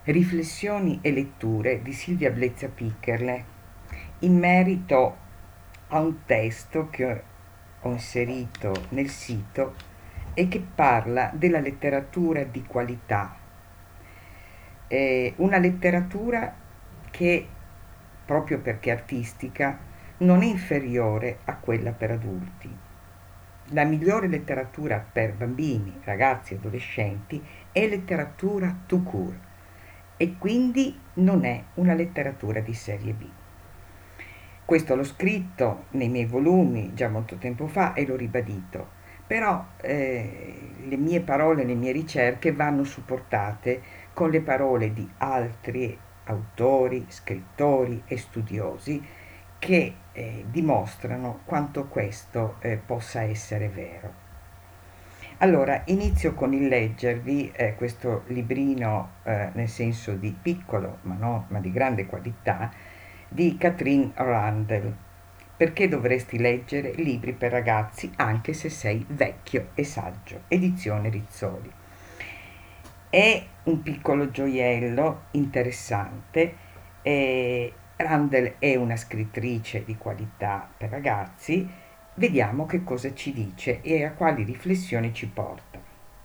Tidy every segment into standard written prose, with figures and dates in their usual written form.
Riflessioni e letture di Silvia Blezia Piccherle in merito a un testo che ho inserito nel sito e che parla della letteratura di qualità. Una letteratura che, proprio perché artistica, non è inferiore a quella per adulti. La migliore letteratura per bambini, ragazzi e adolescenti è letteratura tout court e quindi non è una letteratura di serie B. Questo l'ho scritto nei miei volumi già molto tempo fa e l'ho ribadito, però le mie parole, le mie ricerche vanno supportate con le parole di altri autori, scrittori e studiosi che dimostrano quanto questo possa essere vero. Allora, inizio con il leggervi questo librino, nel senso di piccolo, ma di grande qualità, di Catherine Randall. Perché dovresti leggere libri per ragazzi anche se sei vecchio e saggio? Edizione Rizzoli. È un piccolo gioiello interessante. Randall è una scrittrice di qualità per ragazzi. Vediamo che cosa ci dice e a quali riflessioni ci porta.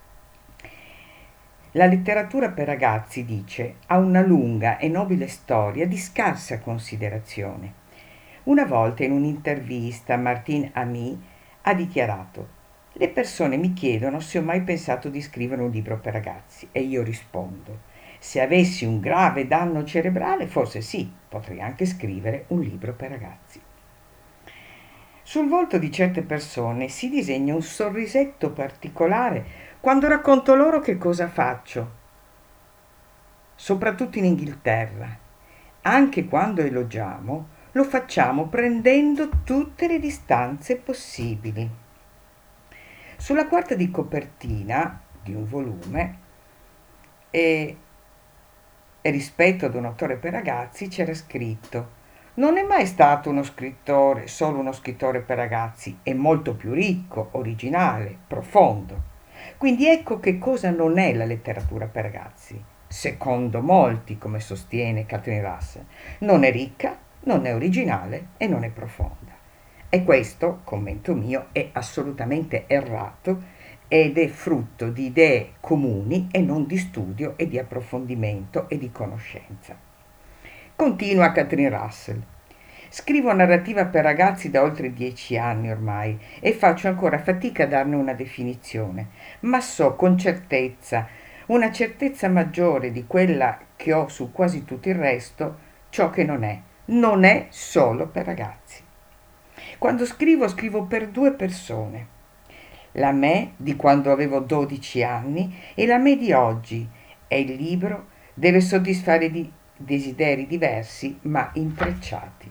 La letteratura per ragazzi, dice, ha una lunga e nobile storia di scarsa considerazione. Una volta in un'intervista Martine Ami ha dichiarato: le persone mi chiedono se ho mai pensato di scrivere un libro per ragazzi e io rispondo: se avessi un grave danno cerebrale, forse sì, potrei anche scrivere un libro per ragazzi. Sul volto di certe persone si disegna un sorrisetto particolare quando racconto loro che cosa faccio, soprattutto in Inghilterra. Anche quando elogiamo, lo facciamo prendendo tutte le distanze possibili. Sulla quarta di copertina di un volume, e rispetto ad un autore per ragazzi, c'era scritto: non è mai stato uno scrittore, solo uno scrittore per ragazzi, è molto più ricco, originale, profondo. Quindi ecco che cosa non è la letteratura per ragazzi, secondo molti, come sostiene Catherine Russell. Non è ricca, non è originale e non è profonda. E questo, commento mio, è assolutamente errato ed è frutto di idee comuni e non di studio e di approfondimento e di conoscenza. Continua Catherine Russell. Scrivo narrativa per ragazzi da oltre 10 anni ormai e faccio ancora fatica a darne una definizione, ma so con certezza, una certezza maggiore di quella che ho su quasi tutto il resto, ciò che non è. Non è solo per ragazzi. Quando scrivo, scrivo per due persone. La me di quando avevo 12 anni e la me di oggi, e il libro deve soddisfare desideri diversi ma intrecciati.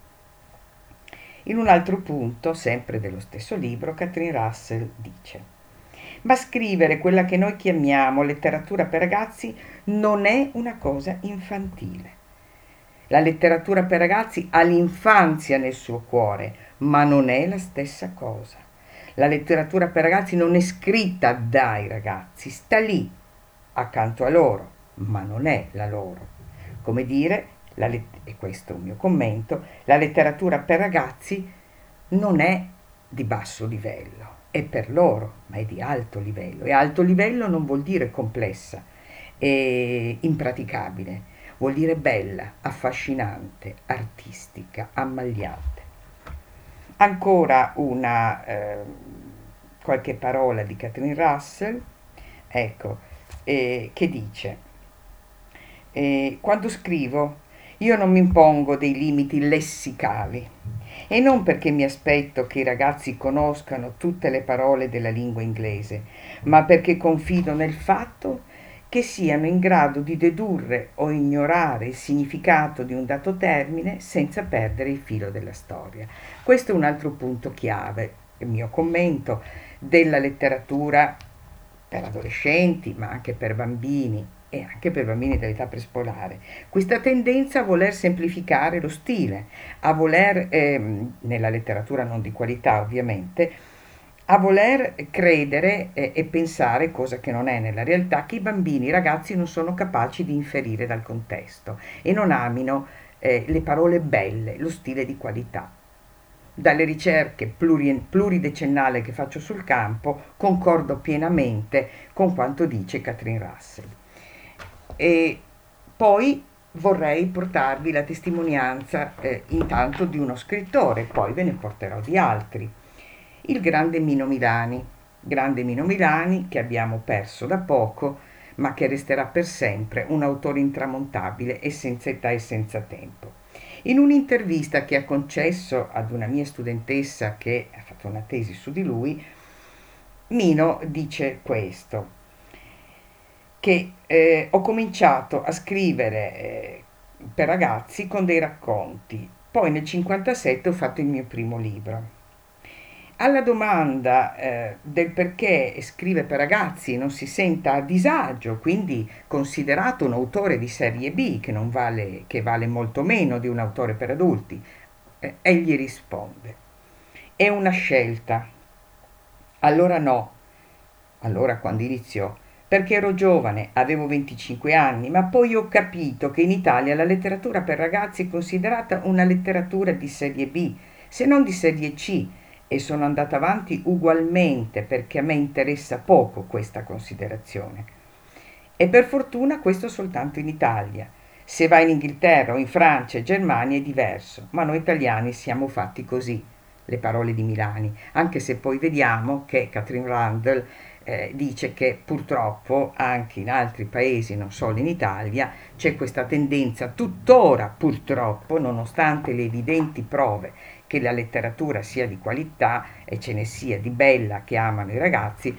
In un altro punto, sempre dello stesso libro, Catherine Russell dice: ma scrivere quella che noi chiamiamo letteratura per ragazzi non è una cosa infantile. La letteratura per ragazzi ha l'infanzia nel suo cuore, ma non è la stessa cosa. La letteratura per ragazzi non è scritta dai ragazzi, sta lì, accanto a loro, ma non è la loro. Come dire, e questo è un mio commento, la letteratura per ragazzi non è di basso livello, è per loro, ma è di alto livello. E alto livello non vuol dire complessa e impraticabile, vuol dire bella, affascinante, artistica, ammagliante. Ancora qualche parola di Catherine Russell, ecco, che dice: quando scrivo io non mi impongo dei limiti lessicali e non perché mi aspetto che i ragazzi conoscano tutte le parole della lingua inglese, ma perché confido nel fatto che siano in grado di dedurre o ignorare il significato di un dato termine senza perdere il filo della storia. Questo è un altro punto chiave, il mio commento, della letteratura per adolescenti, ma anche per bambini e anche per bambini dell'età prescolare. Questa tendenza a voler semplificare lo stile, a voler, nella letteratura non di qualità ovviamente, a voler credere e pensare, cosa che non è nella realtà, che i bambini, i ragazzi non sono capaci di inferire dal contesto e non amino le parole belle, lo stile di qualità. Dalle ricerche pluridecennali che faccio sul campo, concordo pienamente con quanto dice Catherine Russell. E poi vorrei portarvi la testimonianza intanto di uno scrittore, poi ve ne porterò di altri. Il grande Mino Milani che abbiamo perso da poco, ma che resterà per sempre un autore intramontabile e senza età e senza tempo. In un'intervista che ha concesso ad una mia studentessa che ha fatto una tesi su di lui, Mino dice questo, che ho cominciato a scrivere per ragazzi con dei racconti, poi nel 1957 ho fatto il mio primo libro. Alla domanda del perché scrive per ragazzi e non si senta a disagio, quindi considerato un autore di serie B che vale molto meno di un autore per adulti, egli risponde: è una scelta. Allora no, allora quando iniziò, perché ero giovane, avevo 25 anni, ma poi ho capito che in Italia la letteratura per ragazzi è considerata una letteratura di serie B, se non di serie C, e sono andata avanti ugualmente perché a me interessa poco questa considerazione. E per fortuna questo soltanto in Italia. Se vai in Inghilterra o in Francia e Germania è diverso, ma noi italiani siamo fatti così, le parole di Milani, anche se poi vediamo che Catherine Rundle dice che purtroppo anche in altri paesi, non solo in Italia, c'è questa tendenza tuttora, purtroppo, nonostante le evidenti prove che la letteratura sia di qualità e ce ne sia di bella che amano i ragazzi,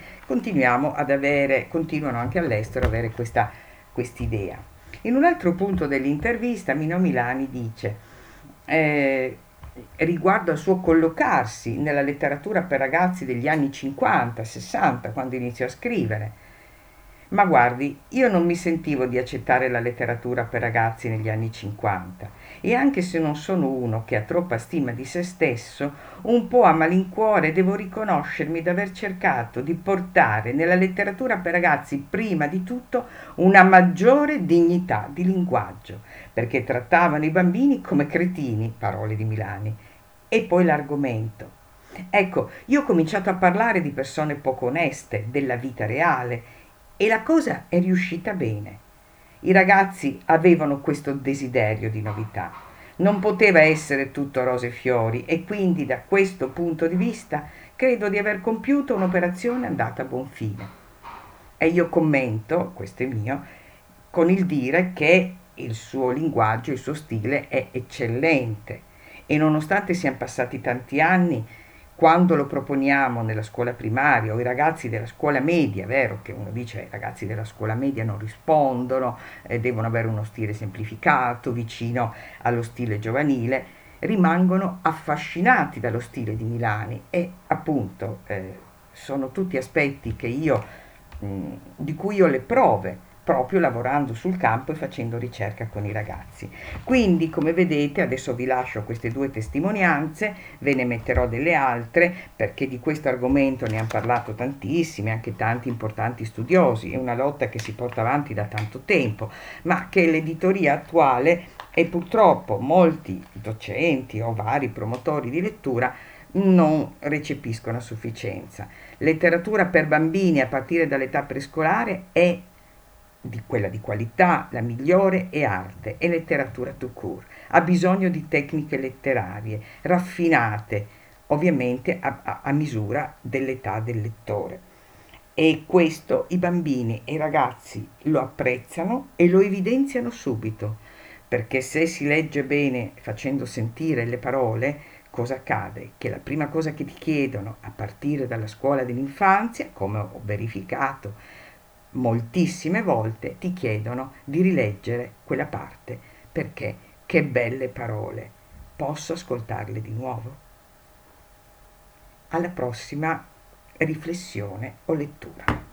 continuano anche all'estero ad avere quest'idea. In un altro punto dell'intervista Mino Milani dice eh, riguardo al suo collocarsi nella letteratura per ragazzi degli anni 50-60, quando iniziò a scrivere. Ma guardi, io non mi sentivo di accettare la letteratura per ragazzi negli anni 50 e anche se non sono uno che ha troppa stima di se stesso, un po' a malincuore devo riconoscermi di aver cercato di portare nella letteratura per ragazzi prima di tutto una maggiore dignità di linguaggio, perché trattavano i bambini come cretini, parole di Milani, e poi l'argomento. Ecco, io ho cominciato a parlare di persone poco oneste, della vita reale, e la cosa è riuscita bene. I ragazzi avevano questo desiderio di novità. Non poteva essere tutto rose e fiori e quindi da questo punto di vista credo di aver compiuto un'operazione andata a buon fine. E io commento, questo è mio, con il dire che il suo linguaggio, il suo stile è eccellente e nonostante siano passati tanti anni, quando lo proponiamo nella scuola primaria o i ragazzi della scuola media, vero che uno dice i ragazzi della scuola media non rispondono, devono avere uno stile semplificato, vicino allo stile giovanile, rimangono affascinati dallo stile di Milani e appunto sono tutti aspetti che di cui ho le prove proprio lavorando sul campo e facendo ricerca con i ragazzi. Quindi, come vedete, adesso vi lascio queste due testimonianze, ve ne metterò delle altre perché di questo argomento ne hanno parlato tantissimi, anche tanti importanti studiosi, è una lotta che si porta avanti da tanto tempo, ma che l'editoria attuale e purtroppo molti docenti o vari promotori di lettura non recepiscono a sufficienza. Letteratura per bambini a partire dall'età prescolare è di quella di qualità, la migliore è arte, è letteratura tout court. Ha bisogno di tecniche letterarie raffinate, ovviamente a misura dell'età del lettore. E questo i bambini e i ragazzi lo apprezzano e lo evidenziano subito, perché se si legge bene facendo sentire le parole, cosa accade? Che la prima cosa che ti chiedono a partire dalla scuola dell'infanzia, come ho verificato moltissime volte, ti chiedono di rileggere quella parte, perché che belle parole. Posso ascoltarle di nuovo? Alla prossima riflessione o lettura.